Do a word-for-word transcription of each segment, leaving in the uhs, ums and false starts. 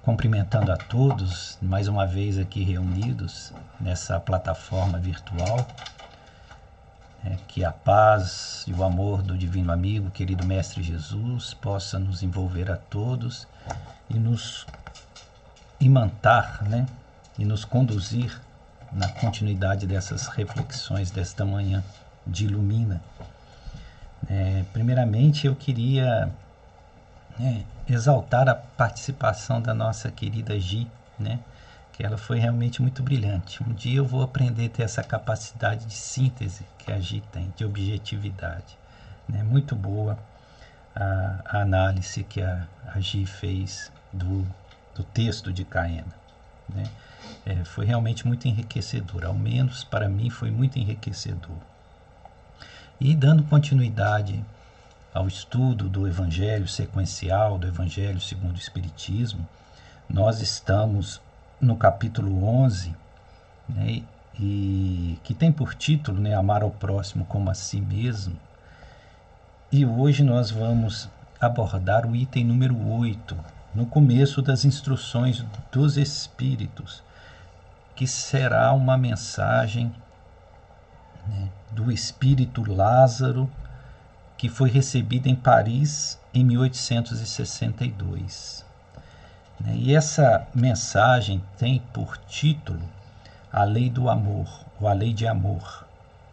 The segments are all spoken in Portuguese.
cumprimentando a todos, mais uma vez aqui reunidos nessa plataforma virtual. É, que a paz e o amor do Divino Amigo, querido Mestre Jesus, possa nos envolver a todos e nos imantar, né? E nos conduzir na continuidade dessas reflexões desta manhã de Ilumina. É, primeiramente, eu queria né, exaltar a participação da nossa querida Gi, né? Que ela foi realmente muito brilhante. Um dia eu vou aprender a ter essa capacidade de síntese que a Gi tem, de objetividade. Né? Muito boa a, a análise que a, a Gi fez do, do texto de Caena. Né? É, foi realmente muito enriquecedor, ao menos para mim foi muito enriquecedor. E dando continuidade ao estudo do Evangelho sequencial, do Evangelho segundo o Espiritismo, nós estamos no capítulo onze, né, e que tem por título, né, Amar ao próximo como a si mesmo. E hoje nós vamos abordar o item número oito, no começo das instruções dos Espíritos, que será uma mensagem né, do Espírito Lázaro, que foi recebida em Paris em mil oitocentos e sessenta e dois. E essa mensagem tem por título A Lei do Amor, ou A Lei de Amor.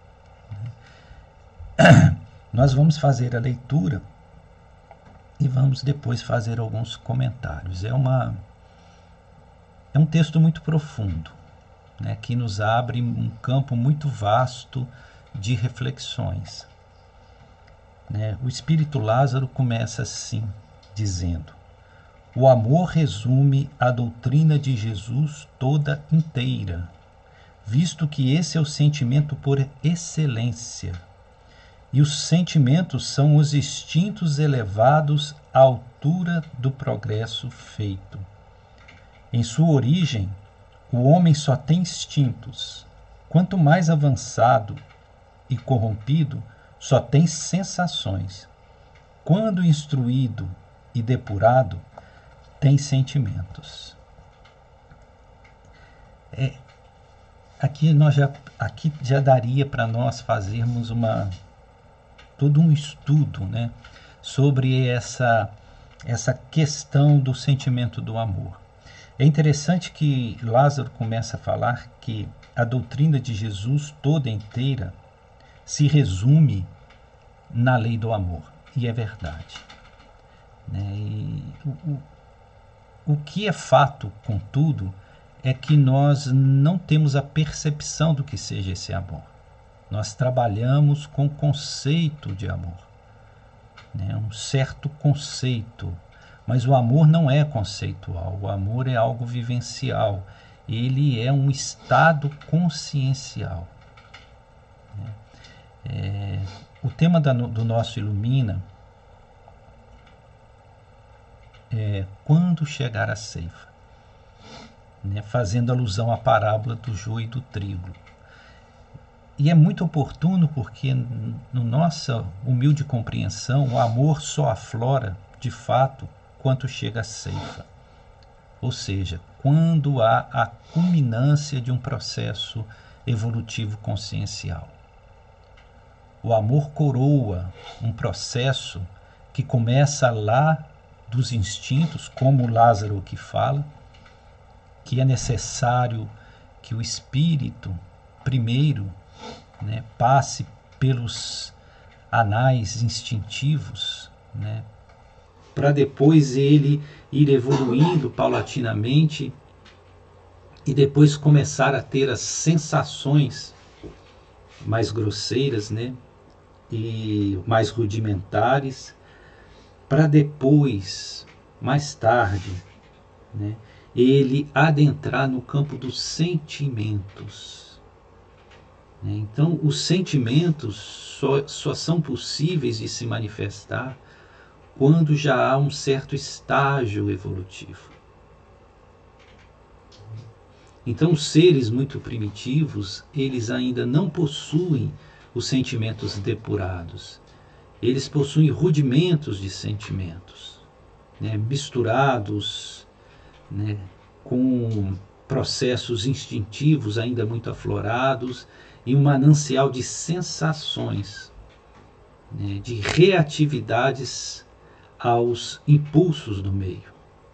Nós vamos fazer a leitura e vamos depois fazer alguns comentários. É, uma, é um texto muito profundo, né, que nos abre um campo muito vasto de reflexões. Né? O Espírito Lázaro começa assim, dizendo: o amor resume a doutrina de Jesus toda inteira, visto que esse é o sentimento por excelência. E os sentimentos são os instintos elevados à altura do progresso feito. Em sua origem, o homem só tem instintos. Quanto mais avançado e corrompido, só tem sensações. Quando instruído e depurado, tem sentimentos. É, aqui, nós já, aqui já daria para nós fazermos uma, todo um estudo, né, sobre essa, essa questão do sentimento do amor. É interessante que Lázaro começa a falar que a doutrina de Jesus toda inteira se resume na lei do amor. E é verdade. Né? E o, o, O que é fato, contudo, é que nós não temos a percepção do que seja esse amor. Nós trabalhamos com o conceito de amor, né? Um certo conceito, mas o amor não é conceitual, o amor é algo vivencial, ele é um estado consciencial. Né? É, o tema da, do nosso Ilumina É, quando chegar a ceifa, né, fazendo alusão à parábola do joio e do trigo. E é muito oportuno porque, no nossa humilde compreensão, o amor só aflora, de fato, quando chega a ceifa. Ou seja, quando há a culminância de um processo evolutivo consciencial. O amor coroa um processo que começa lá dos instintos, como Lázaro que fala, que é necessário que o espírito, primeiro, né, passe pelos anais instintivos, né, para depois ele ir evoluindo paulatinamente e depois começar a ter as sensações mais grosseiras, né, e mais rudimentares, para depois, mais tarde, né, ele adentrar no campo dos sentimentos. Né? Então, os sentimentos só, só são possíveis de se manifestar quando já há um certo estágio evolutivo. Então, os seres muito primitivos, eles ainda não possuem os sentimentos depurados. Eles possuem rudimentos de sentimentos, né, misturados né, com processos instintivos ainda muito aflorados e um manancial de sensações, né, de reatividades aos impulsos do meio.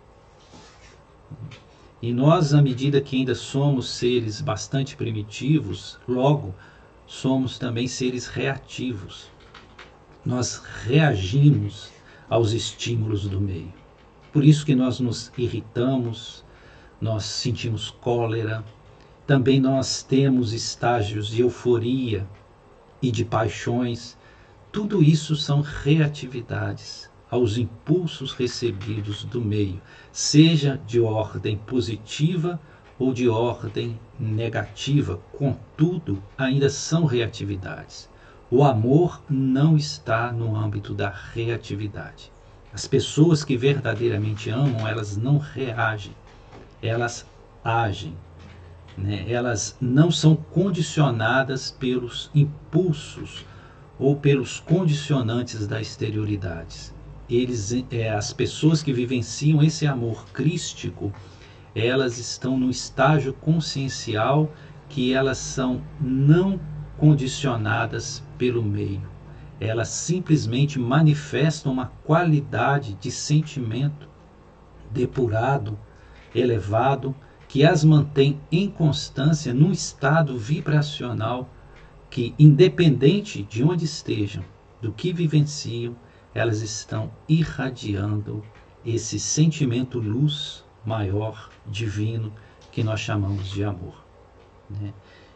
E nós, à medida que ainda somos seres bastante primitivos, logo somos também seres reativos. Nós reagimos aos estímulos do meio. Por isso que nós nos irritamos, nós sentimos cólera, também nós temos estágios de euforia e de paixões. Tudo isso são reatividades aos impulsos recebidos do meio, seja de ordem positiva ou de ordem negativa, contudo, ainda são reatividades. O amor não está no âmbito da reatividade. As pessoas que verdadeiramente amam, elas não reagem, elas agem, né? Elas não são condicionadas pelos impulsos ou pelos condicionantes da exterioridade. Eles, é, as pessoas que vivenciam esse amor crístico, elas estão no estágio consciencial que elas são não condicionadas pelo meio. Elas simplesmente manifestam uma qualidade de sentimento depurado, elevado, que as mantém em constância num estado vibracional que, independente de onde estejam, do que vivenciam, elas estão irradiando esse sentimento luz maior, divino, que nós chamamos de amor, né?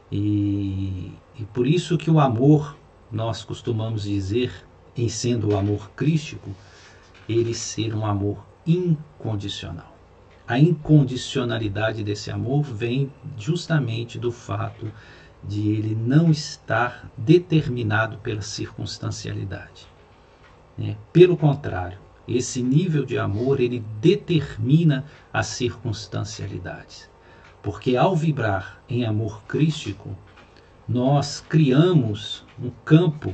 E, e por isso que o amor, nós costumamos dizer, em sendo o amor crístico, ele ser um amor incondicional. A incondicionalidade desse amor vem justamente do fato de ele não estar determinado pela circunstancialidade, né? Pelo contrário, esse nível de amor, ele determina as circunstancialidades. Porque ao vibrar em amor crístico, nós criamos um campo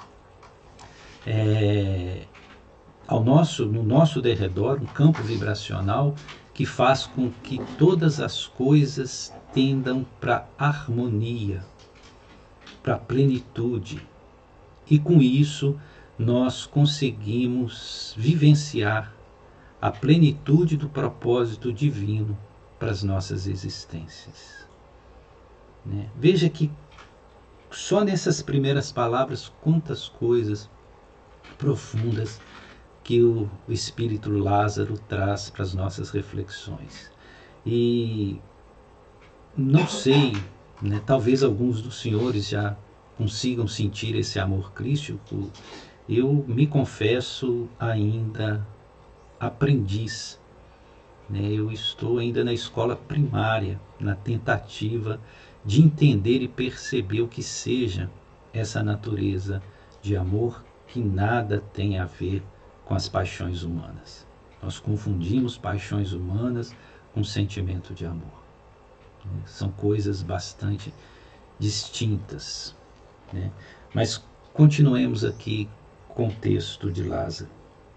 é, ao nosso, no nosso derredor, um campo vibracional que faz com que todas as coisas tendam para harmonia, para plenitude. E com isso nós conseguimos vivenciar a plenitude do propósito divino para as nossas existências, né? Veja que só nessas primeiras palavras quantas coisas profundas que o Espírito Lázaro traz para as nossas reflexões. E não sei, né, talvez alguns dos senhores já consigam sentir esse amor crístico. Eu me confesso ainda aprendiz, né? Eu estou ainda na escola primária, na tentativa de entender e perceber o que seja essa natureza de amor que nada tem a ver com as paixões humanas. Nós confundimos paixões humanas com sentimento de amor, né? São coisas bastante distintas, né? Mas continuemos aqui com o texto de Lázaro.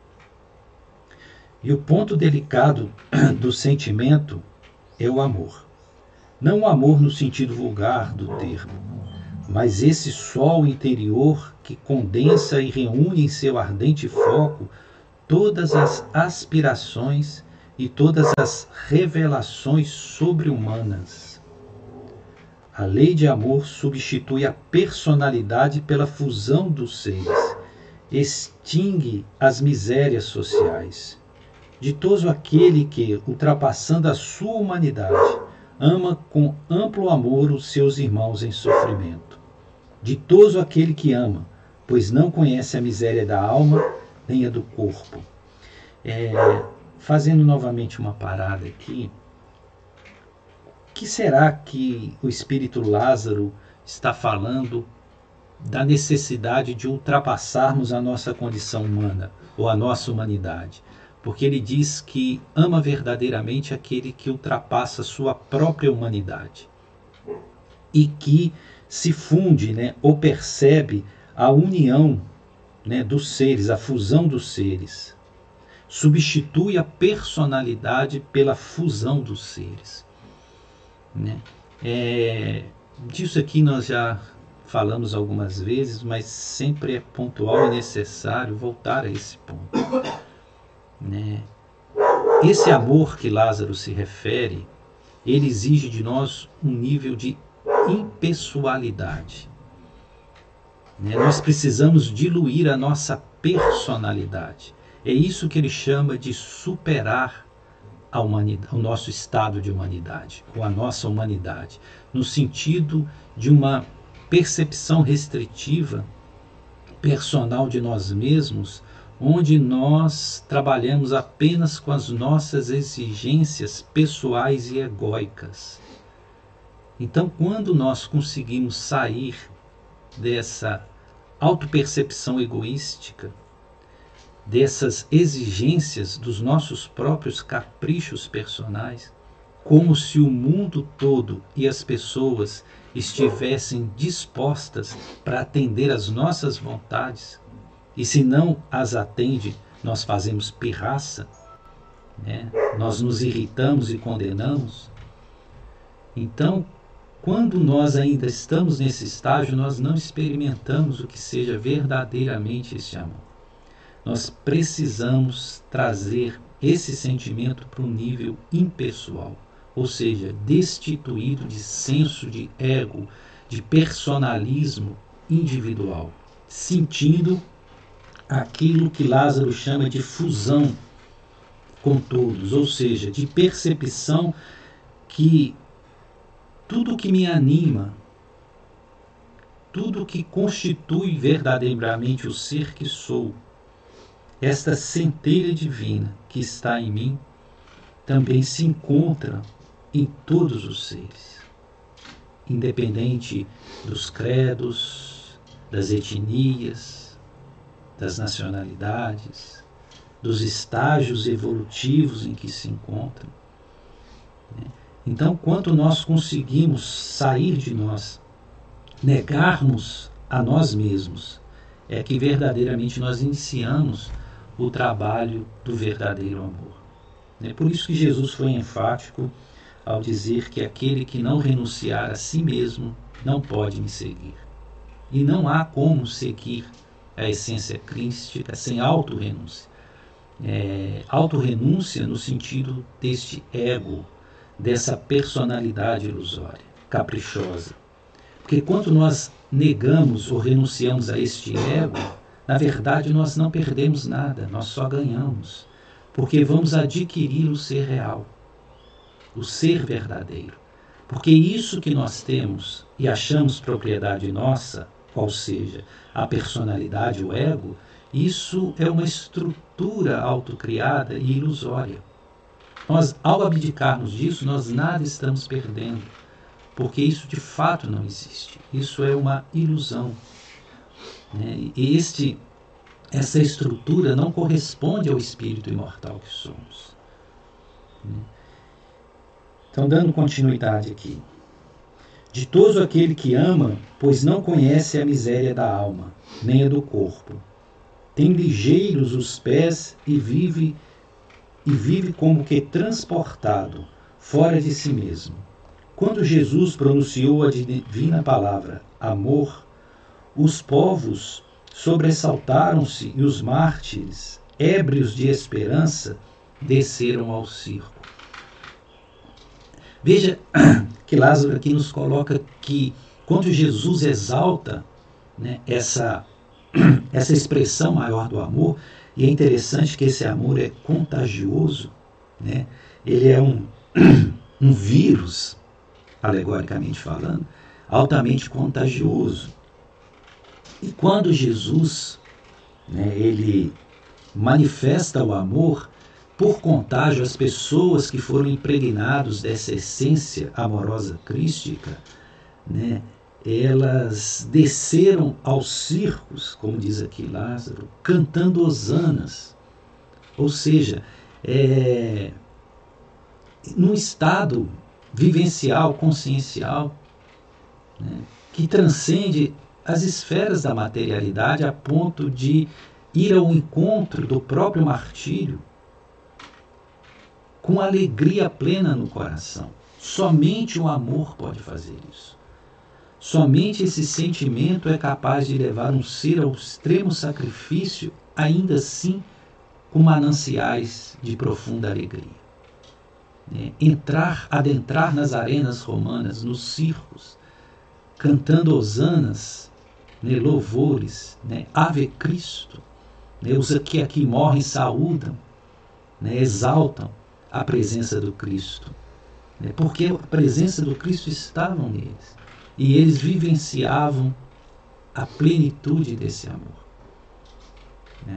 E o ponto delicado do sentimento é o amor. Não o amor no sentido vulgar do termo, mas esse sol interior que condensa e reúne em seu ardente foco todas as aspirações e todas as revelações sobre-humanas. A lei de amor substitui a personalidade pela fusão dos seres, extingue as misérias sociais. Ditoso aquele que, ultrapassando a sua humanidade, ama com amplo amor os seus irmãos em sofrimento. Ditoso aquele que ama, pois não conhece a miséria da alma nem a do corpo. É, fazendo novamente uma parada aqui, o que será que o Espírito Lázaro está falando da necessidade de ultrapassarmos a nossa condição humana, ou a nossa humanidade? Porque ele diz que ama verdadeiramente aquele que ultrapassa a sua própria humanidade e que se funde, né, ou percebe a união, né, dos seres, a fusão dos seres. substitui a personalidade pela fusão dos seres. Né? É, disso aqui nós já falamos algumas vezes, mas sempre é pontual e necessário voltar a esse ponto. Né? Esse amor que Lázaro se refere, ele exige de nós um nível de impessoalidade. Né? Nós precisamos diluir a nossa personalidade. É isso que ele chama de superar a humanidade, o nosso estado de humanidade, ou a nossa humanidade, no sentido de uma percepção restritiva, personal de nós mesmos, onde nós trabalhamos apenas com as nossas exigências pessoais e egóicas. Então, quando nós conseguimos sair dessa autopercepção egoística, dessas exigências dos nossos próprios caprichos personais, como se o mundo todo e as pessoas estivessem dispostas para atender às nossas vontades, e se não as atende, nós fazemos pirraça, né? Nós nos irritamos e condenamos. Então, quando nós ainda estamos nesse estágio, nós não experimentamos o que seja verdadeiramente esse amor. Nós precisamos trazer esse sentimento para um nível impessoal, ou seja, destituído de senso de ego, de personalismo individual, sentindo aquilo que Lázaro chama de fusão com todos, ou seja, de percepção que tudo que me anima, tudo que constitui verdadeiramente o ser que sou, esta centelha divina que está em mim, também se encontra em todos os seres, independente dos credos, das etnias, das nacionalidades, dos estágios evolutivos em que se encontram. Então, quanto nós conseguimos sair de nós, negarmos a nós mesmos, é que verdadeiramente nós iniciamos o trabalho do verdadeiro amor. É por isso que Jesus foi enfático ao dizer que aquele que não renunciar a si mesmo não pode me seguir. E não há como seguir a essência crística sem autorrenúncia. É, autorrenúncia no sentido deste ego, dessa personalidade ilusória, caprichosa. Porque quando nós negamos ou renunciamos a este ego, na verdade nós não perdemos nada, nós só ganhamos. Porque vamos adquirir o ser real, o ser verdadeiro. Porque isso que nós temos e achamos propriedade nossa, qual seja a personalidade, o ego, isso é uma estrutura autocriada e ilusória. Nós, ao abdicarmos disso, nós nada estamos perdendo, porque isso de fato não existe. Isso é uma ilusão. Né? E este, essa estrutura não corresponde ao espírito imortal que somos. Né? Então, dando continuidade aqui. Ditoso aquele que ama, pois não conhece a miséria da alma, nem a do corpo. Tem ligeiros os pés e vive e vive como que transportado, fora de si mesmo. Quando Jesus pronunciou a divina palavra, amor, os povos sobressaltaram-se e os mártires, ébrios de esperança, desceram ao circo. Veja que Lázaro aqui nos coloca que quando Jesus exalta, né, essa, essa expressão maior do amor, e é interessante que esse amor é contagioso, né? Ele é um, um vírus, alegoricamente falando, altamente contagioso. E quando Jesus, né, ele manifesta o amor por contágio às pessoas que foram impregnados dessa essência amorosa crística, né, elas desceram aos circos, como diz aqui Lázaro, cantando hosanas. Ou seja, é, num estado vivencial, consciencial, né, que transcende as esferas da materialidade a ponto de ir ao encontro do próprio martírio, com alegria plena no coração. Somente o amor pode fazer isso. Somente esse sentimento é capaz de levar um ser ao extremo sacrifício, ainda assim com mananciais de profunda alegria. É, entrar, adentrar nas arenas romanas, nos circos, cantando hosanas, né, louvores, né, Ave Cristo, né, os que aqui morrem saúdam, né, exaltam a presença do Cristo, né, porque a presença do Cristo estava neles. E eles vivenciavam a plenitude desse amor. Né?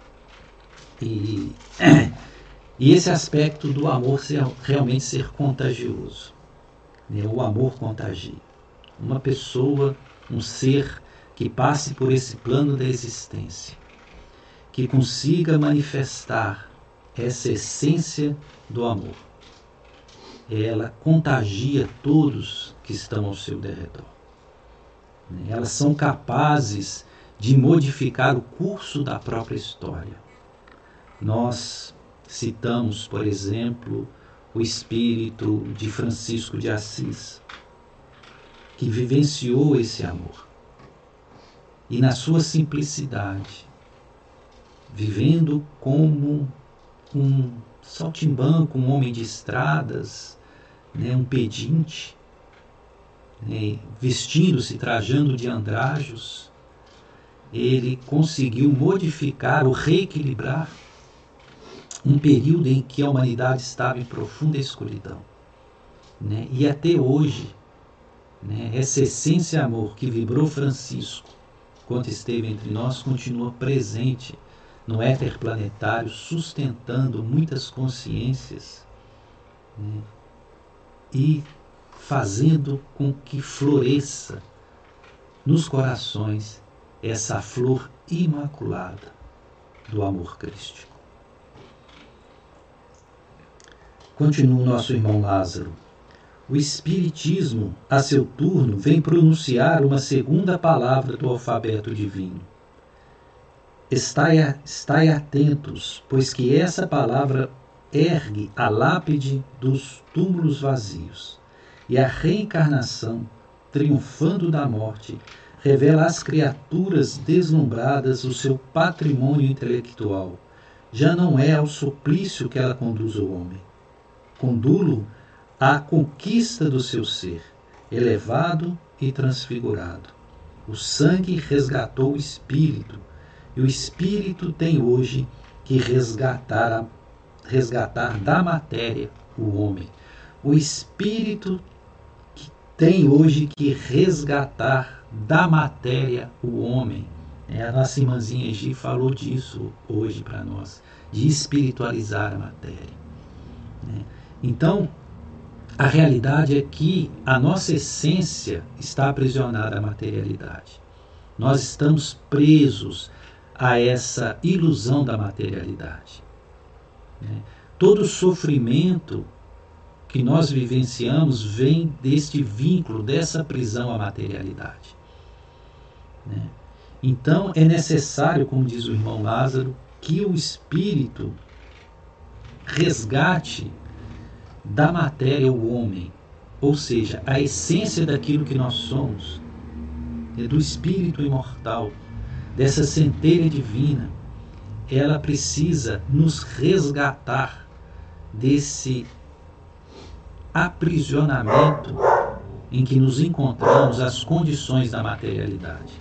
E, e esse aspecto do amor ser, realmente ser contagioso. Né? O amor contagia. Uma pessoa, um ser que passe por esse plano da existência, que consiga manifestar essa essência do amor, ela contagia todos que estão ao seu derredor. Elas são capazes de modificar o curso da própria história. Nós citamos, por exemplo, o espírito de Francisco de Assis, que vivenciou esse amor. E na sua simplicidade, vivendo como um saltimbanco, um homem de estradas, né, um pedinte, né, vestindo-se, trajando de andrajos, ele conseguiu modificar ou reequilibrar um período em que a humanidade estava em profunda escuridão. Né, e até hoje, né, essa essência amor que vibrou Francisco, quando esteve entre nós, continua presente no éter planetário, sustentando muitas consciências, né, e fazendo com que floresça nos corações essa flor imaculada do amor crístico. Continua o nosso irmão Lázaro. O Espiritismo, a seu turno, vem pronunciar uma segunda palavra do alfabeto divino. Estai, estai atentos, pois que essa palavra ergue a lápide dos túmulos vazios, e a reencarnação, triunfando da morte, revela às criaturas deslumbradas o seu patrimônio intelectual. Já não é ao suplício que ela conduz o homem. Condulo à conquista do seu ser, elevado e transfigurado. O sangue resgatou o espírito, e o espírito tem hoje que resgatar, a, resgatar da matéria o homem. O espírito tem hoje que resgatar da matéria o homem. É, a nossa irmãzinha Gi falou disso hoje para nós, de espiritualizar a matéria. Né? Então, a realidade é que a nossa essência está aprisionada à materialidade. Nós estamos presos a essa ilusão da materialidade. Né? Todo sofrimento que nós vivenciamos vem deste vínculo, dessa prisão à materialidade. Né? Então é necessário, como diz o irmão Lázaro, que o espírito resgate da matéria o homem, ou seja, a essência daquilo que nós somos, do espírito imortal, dessa centelha divina. Ela precisa nos resgatar desse aprisionamento em que nos encontramos às condições da materialidade.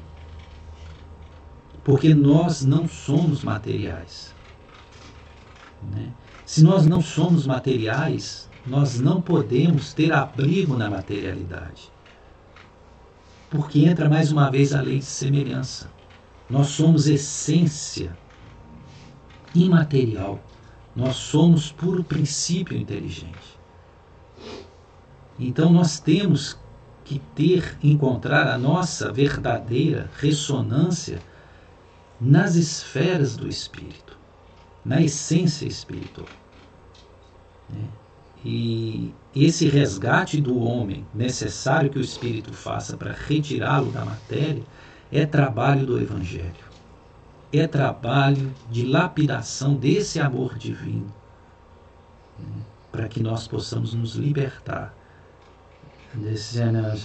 Porque nós não somos materiais. Né? Se nós não somos materiais, nós não podemos ter abrigo na materialidade. Porque entra mais uma vez a lei de semelhança. Nós somos essência imaterial. Nós somos puro princípio inteligente. Então nós temos que ter, encontrar a nossa verdadeira ressonância nas esferas do espírito, na essência espiritual. E esse resgate do homem, necessário que o espírito faça para retirá-lo da matéria, é trabalho do Evangelho. É trabalho de lapidação desse amor divino, né, para que nós possamos nos libertar desse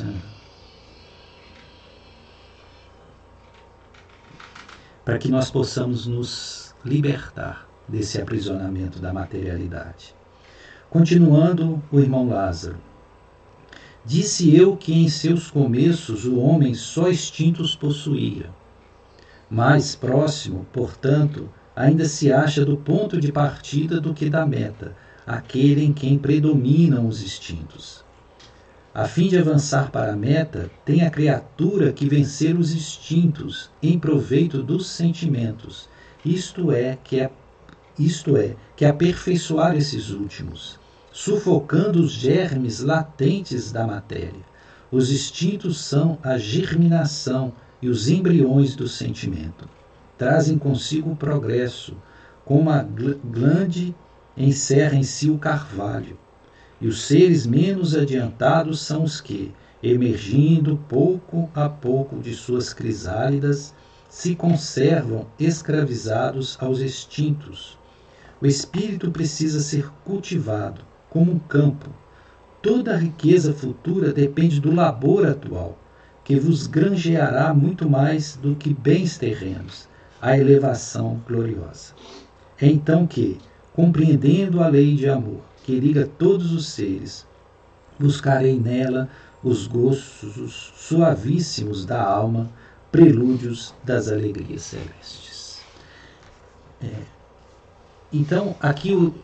para que nós possamos nos libertar desse aprisionamento da materialidade. Continuando, o irmão Lázaro: disse eu que em seus começos o homem só instintos possuía. Mais próximo, portanto, ainda se acha do ponto de partida do que da meta, aquele em quem predominam os instintos. A fim de avançar para a meta, tem a criatura que vencer os instintos em proveito dos sentimentos, isto é, que é, isto é, que aperfeiçoar esses últimos, sufocando os germes latentes da matéria. Os instintos são a germinação e os embriões do sentimento. Trazem consigo o progresso, como a glande encerra em si o carvalho. E os seres menos adiantados são os que, emergindo pouco a pouco de suas crisálidas, se conservam escravizados aos instintos. O espírito precisa ser cultivado, como um campo. Toda a riqueza futura depende do labor atual, que vos granjeará muito mais do que bens terrenos, a elevação gloriosa. É então que, compreendendo a lei de amor, que liga todos os seres, buscarei nela os gostos suavíssimos da alma, prelúdios das alegrias celestes. É. Então, aqui o,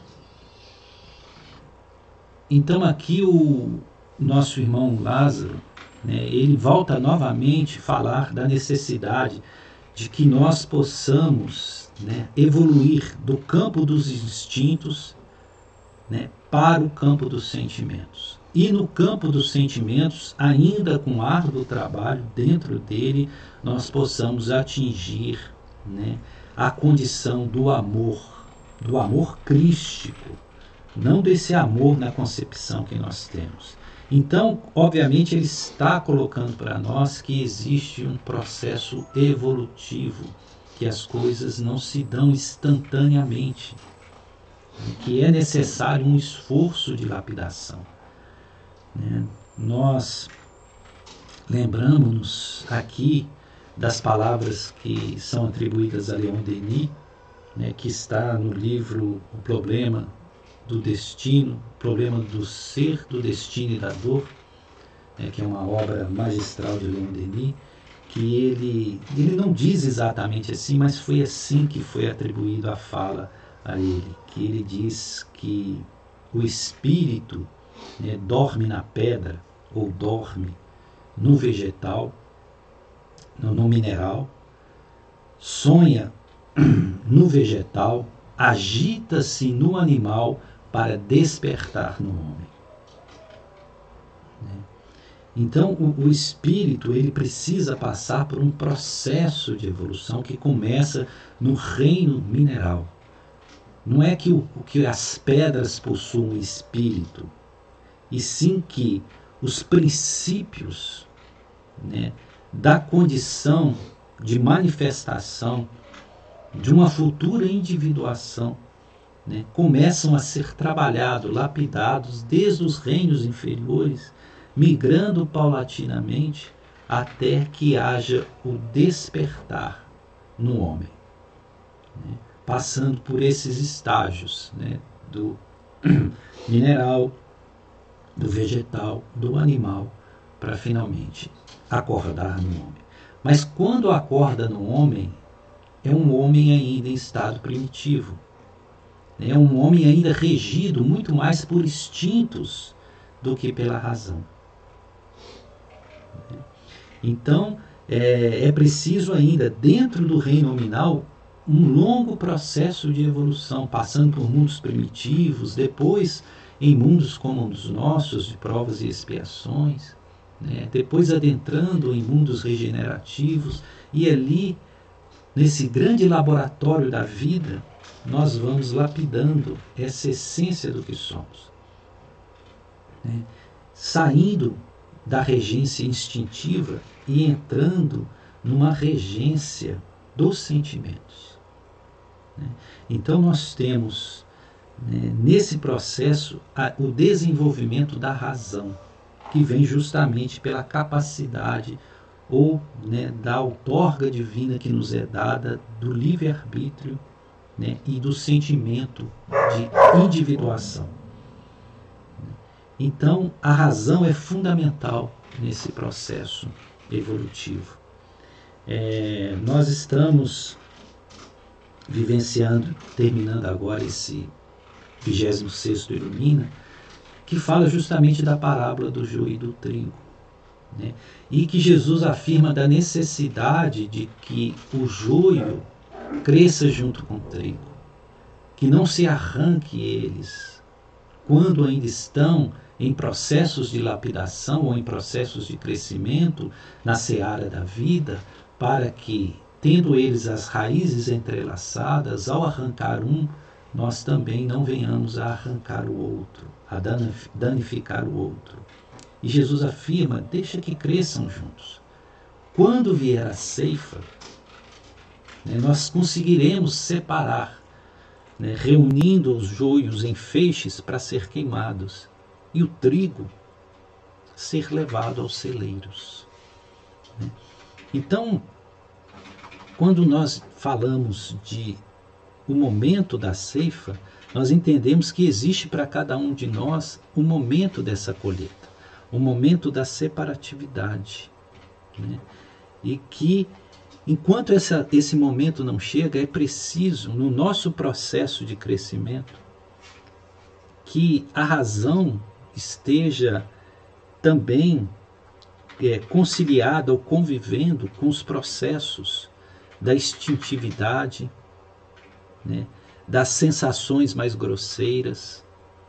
então aqui o nosso irmão Lázaro, né, ele volta novamente a falar da necessidade de que nós possamos, né, evoluir do campo dos instintos, né, para o campo dos sentimentos. E no campo dos sentimentos, ainda com árduo trabalho dentro dele, nós possamos atingir, né, a condição do amor, do amor crístico, não desse amor na concepção que nós temos. Então, obviamente, ele está colocando para nós que existe um processo evolutivo, que as coisas não se dão instantaneamente, que é necessário um esforço de lapidação. Né? Nós lembramos-nos aqui das palavras que são atribuídas a Leon Denis, né, que está no livro O Problema do Destino, O Problema do Ser, do Destino e da Dor, né, que é uma obra magistral de Leon Denis, que ele, ele não diz exatamente assim, mas foi assim que foi atribuído a fala a ele, que ele diz que o espírito, né, dorme na pedra ou dorme no vegetal, no, no mineral, sonha no vegetal, agita-se no animal para despertar no homem. Né? Então o, o espírito ele precisa passar por um processo de evolução que começa no reino mineral. Não é que, o, que as pedras possuem espírito, e sim que os princípios, né, da condição de manifestação de uma futura individuação, né, começam a ser trabalhados, lapidados desde os reinos inferiores, migrando paulatinamente até que haja o despertar no homem, né, passando por esses estágios, né, do mineral, do vegetal, do animal, para finalmente acordar no homem. Mas quando acorda no homem, é um homem ainda em estado primitivo. É um homem ainda regido muito mais por instintos do que pela razão. Então, é, é preciso ainda, dentro do reino nominal, um longo processo de evolução, passando por mundos primitivos, depois em mundos como os nossos, de provas e expiações, né? Depois adentrando em mundos regenerativos, e ali, nesse grande laboratório da vida, nós vamos lapidando essa essência do que somos, né? Saindo da regência instintiva e entrando numa regência dos sentimentos, né? Então nós temos né, nesse processo a, o desenvolvimento da razão, que vem justamente pela capacidade ou, né, da outorga divina que nos é dada do livre-arbítrio, né, e do sentimento de individuação. Então, a razão é fundamental nesse processo evolutivo. É, nós estamos vivenciando, terminando agora esse vigésimo sexto Ilumina, que fala justamente da parábola do joio e do trigo, né? E que Jesus afirma da necessidade de que o joio cresça junto com o trigo, que não se arranque eles quando ainda estão em processos de lapidação ou em processos de crescimento na seara da vida, para que, tendo eles as raízes entrelaçadas, ao arrancar um, nós também não venhamos a arrancar o outro, a danificar o outro. E Jesus afirma, deixa que cresçam juntos. Quando vier a ceifa, né, nós conseguiremos separar, né, reunindo os joios em feixes para ser queimados, e o trigo ser levado aos celeiros. Né? Então, quando nós falamos de o momento da ceifa, nós entendemos que existe para cada um de nós o momento dessa colheita, o momento da separatividade, né? E que, enquanto essa, esse momento não chega, é preciso, no nosso processo de crescimento, que a razão esteja também é, conciliada ou convivendo com os processos da instintividade, né, das sensações mais grosseiras,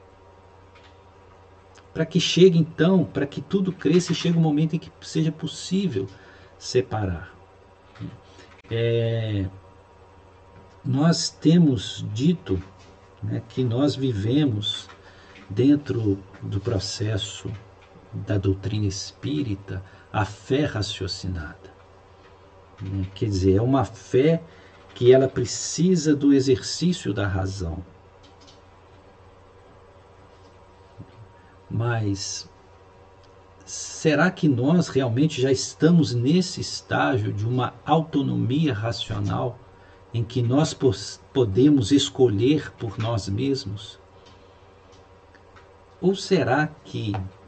para que chegue então, para que tudo cresça e chegue um momento em que seja possível separar. É, nós temos dito, né, que nós vivemos dentro do processo da doutrina espírita a fé raciocinada. Né? Quer dizer, é uma fé que ela precisa do exercício da razão. Mas será que nós realmente já estamos nesse estágio de uma autonomia racional em que nós podemos escolher por nós mesmos? Ou será que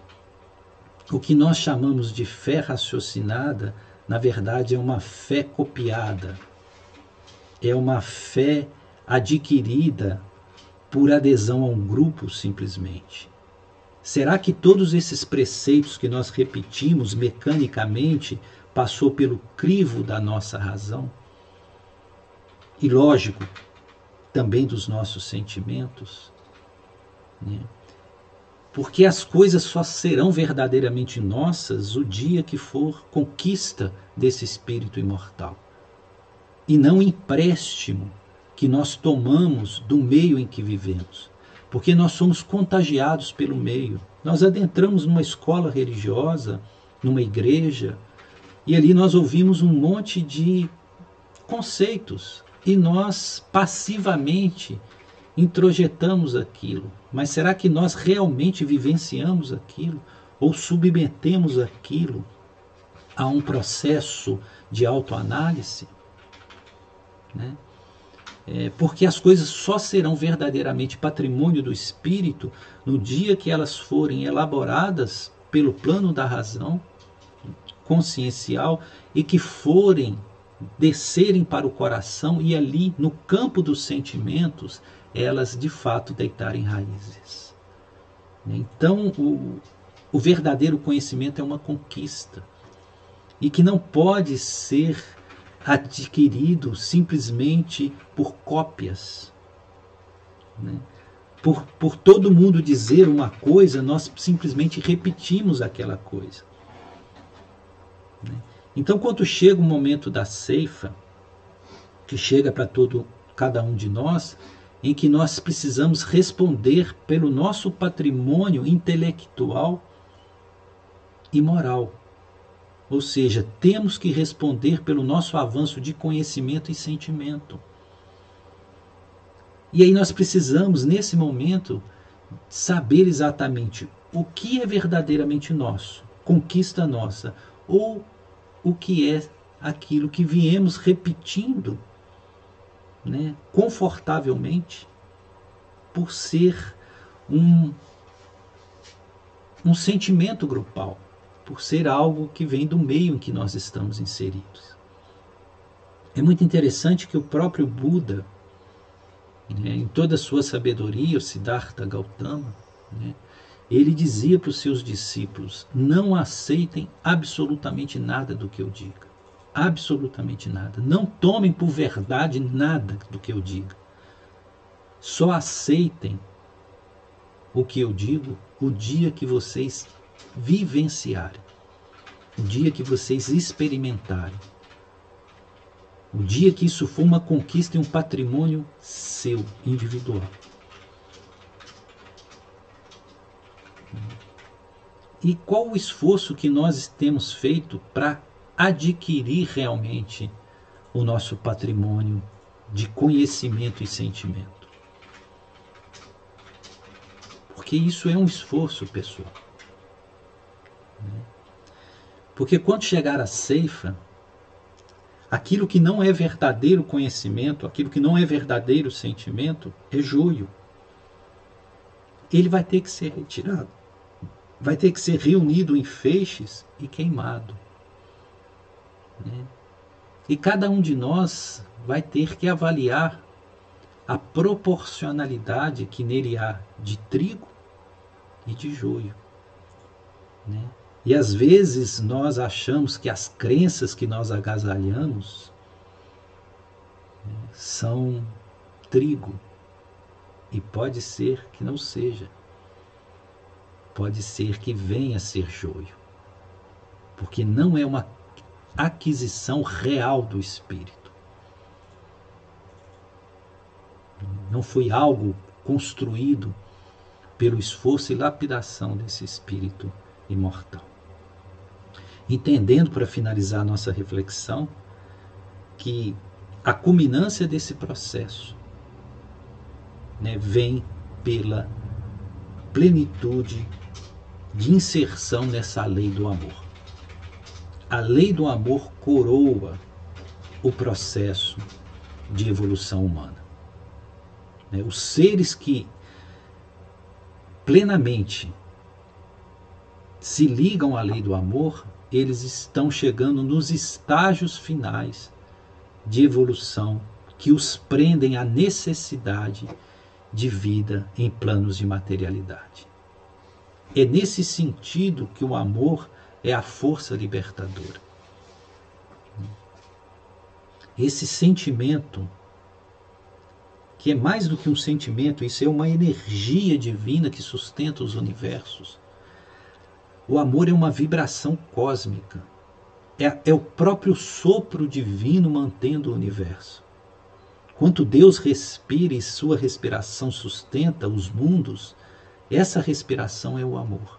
o que nós chamamos de fé raciocinada, na verdade, é uma fé copiada, é uma fé adquirida por adesão a um grupo simplesmente? Será que todos esses preceitos que nós repetimos mecanicamente passou pelo crivo da nossa razão? E lógico, também dos nossos sentimentos, né? Porque as coisas só serão verdadeiramente nossas o dia que for conquista desse espírito imortal, e não empréstimo que nós tomamos do meio em que vivemos. Porque nós somos contagiados pelo meio. Nós adentramos numa escola religiosa, numa igreja, e ali nós ouvimos um monte de conceitos, e nós passivamente introjetamos aquilo. Mas será que nós realmente vivenciamos aquilo? Ou submetemos aquilo a um processo de autoanálise? Né? É, porque as coisas só serão verdadeiramente patrimônio do espírito no dia que elas forem elaboradas pelo plano da razão consciencial e que forem descerem para o coração e ali, no campo dos sentimentos, elas de fato deitarem raízes. Então, o, o verdadeiro conhecimento é uma conquista e que não pode ser adquirido simplesmente por cópias. Né? Por, por todo mundo dizer uma coisa, nós simplesmente repetimos aquela coisa. Né? Então, quando chega o momento da ceifa, que chega para todo cada um de nós, em que nós precisamos responder pelo nosso patrimônio intelectual e moral. Ou seja, temos que responder pelo nosso avanço de conhecimento e sentimento. E aí nós precisamos, nesse momento, saber exatamente o que é verdadeiramente nosso, conquista nossa, ou o que é aquilo que viemos repetindo, né, confortavelmente, por ser um, um sentimento grupal, por ser algo que vem do meio em que nós estamos inseridos. É muito interessante que o próprio Buda, né, em toda a sua sabedoria, o Siddhartha Gautama, né, ele dizia para os seus discípulos: não aceitem absolutamente nada do que eu diga. Absolutamente nada. Não tomem por verdade nada do que eu diga. Só aceitem o que eu digo o dia que vocês vivenciarem, o dia que vocês experimentarem, o dia que isso for uma conquista e um patrimônio seu, individual. E qual o esforço que nós temos feito para adquirir realmente o nosso patrimônio de conhecimento e sentimento? Porque isso é um esforço, pessoal. Porque quando chegar a ceifa, aquilo que não é verdadeiro conhecimento, aquilo que não é verdadeiro sentimento, é joio. Ele vai ter que ser retirado. Vai ter que ser reunido em feixes e queimado. Né? E cada um de nós vai ter que avaliar a proporcionalidade que nele há de trigo e de joio. Né? E às vezes nós achamos que as crenças que nós agasalhamos, né, são trigo. E pode ser que não seja. Pode ser que venha a ser joio. Porque não é uma aquisição real do espírito. Não foi algo construído pelo esforço e lapidação desse espírito imortal. Entendendo, para finalizar a nossa reflexão, que a culminância desse processo, né, vem pela plenitude de inserção nessa lei do amor. A lei do amor coroa o processo de evolução humana. Né, os seres que plenamente se ligam à lei do amor, eles estão chegando nos estágios finais de evolução que os prendem à necessidade de vida em planos de materialidade. É nesse sentido que o amor é a força libertadora. Esse sentimento, que é mais do que um sentimento, isso é uma energia divina que sustenta os universos. O amor é uma vibração cósmica. É, é o próprio sopro divino mantendo o universo. Quanto Deus respira e sua respiração sustenta os mundos, essa respiração é o amor.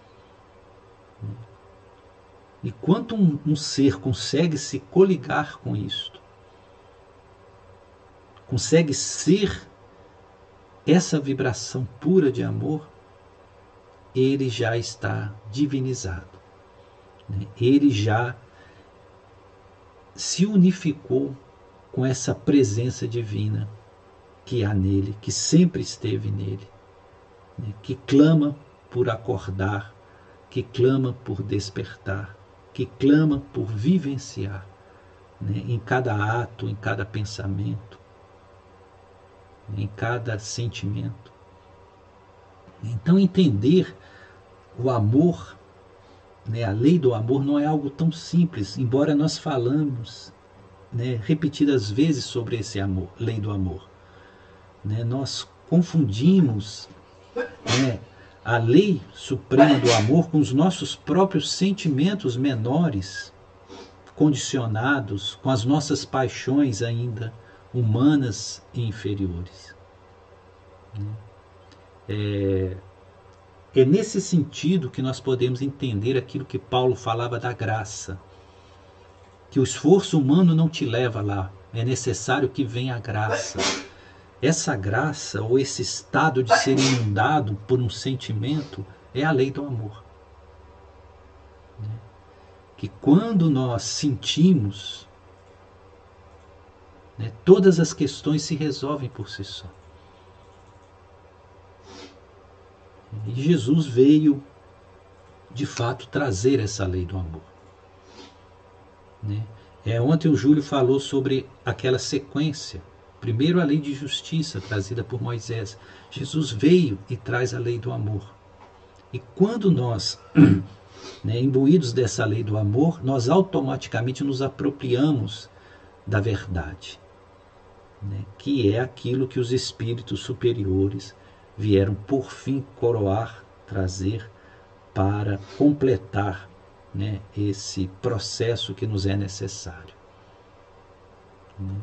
E quanto um, um ser consegue se coligar com isto, consegue ser essa vibração pura de amor, ele já está divinizado. Né? Ele já se unificou com essa presença divina que há nele, que sempre esteve nele, né? Que clama por acordar, que clama por despertar, que clama por vivenciar, né? Em cada ato, em cada pensamento, em cada sentimento. Então, entender o amor, né, a lei do amor, não é algo tão simples, embora nós falamos, né, repetidas vezes sobre esse amor, lei do amor. Né, nós confundimos, né, a lei suprema do amor com os nossos próprios sentimentos menores, condicionados com as nossas paixões ainda humanas e inferiores. É, é nesse sentido que nós podemos entender aquilo que Paulo falava da graça, que o esforço humano não te leva lá, é necessário que venha a graça, essa graça ou esse estado de ser inundado por um sentimento é a lei do amor. Que quando nós sentimos, né, todas as questões se resolvem por si só. E Jesus veio, de fato, trazer essa lei do amor. Né? É, ontem o Júlio falou sobre aquela sequência. Primeiro a lei de justiça trazida por Moisés. Jesus veio e traz a lei do amor. E quando nós, né, imbuídos dessa lei do amor, nós automaticamente nos apropriamos da verdade, né, que é aquilo que os espíritos superiores vieram por fim coroar, trazer para completar, né, esse processo que nos é necessário. Né?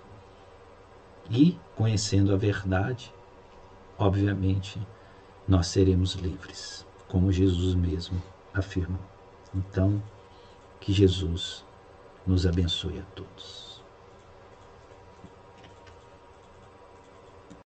E, conhecendo a verdade, obviamente, nós seremos livres, como Jesus mesmo afirmou. Então, que Jesus nos abençoe a todos.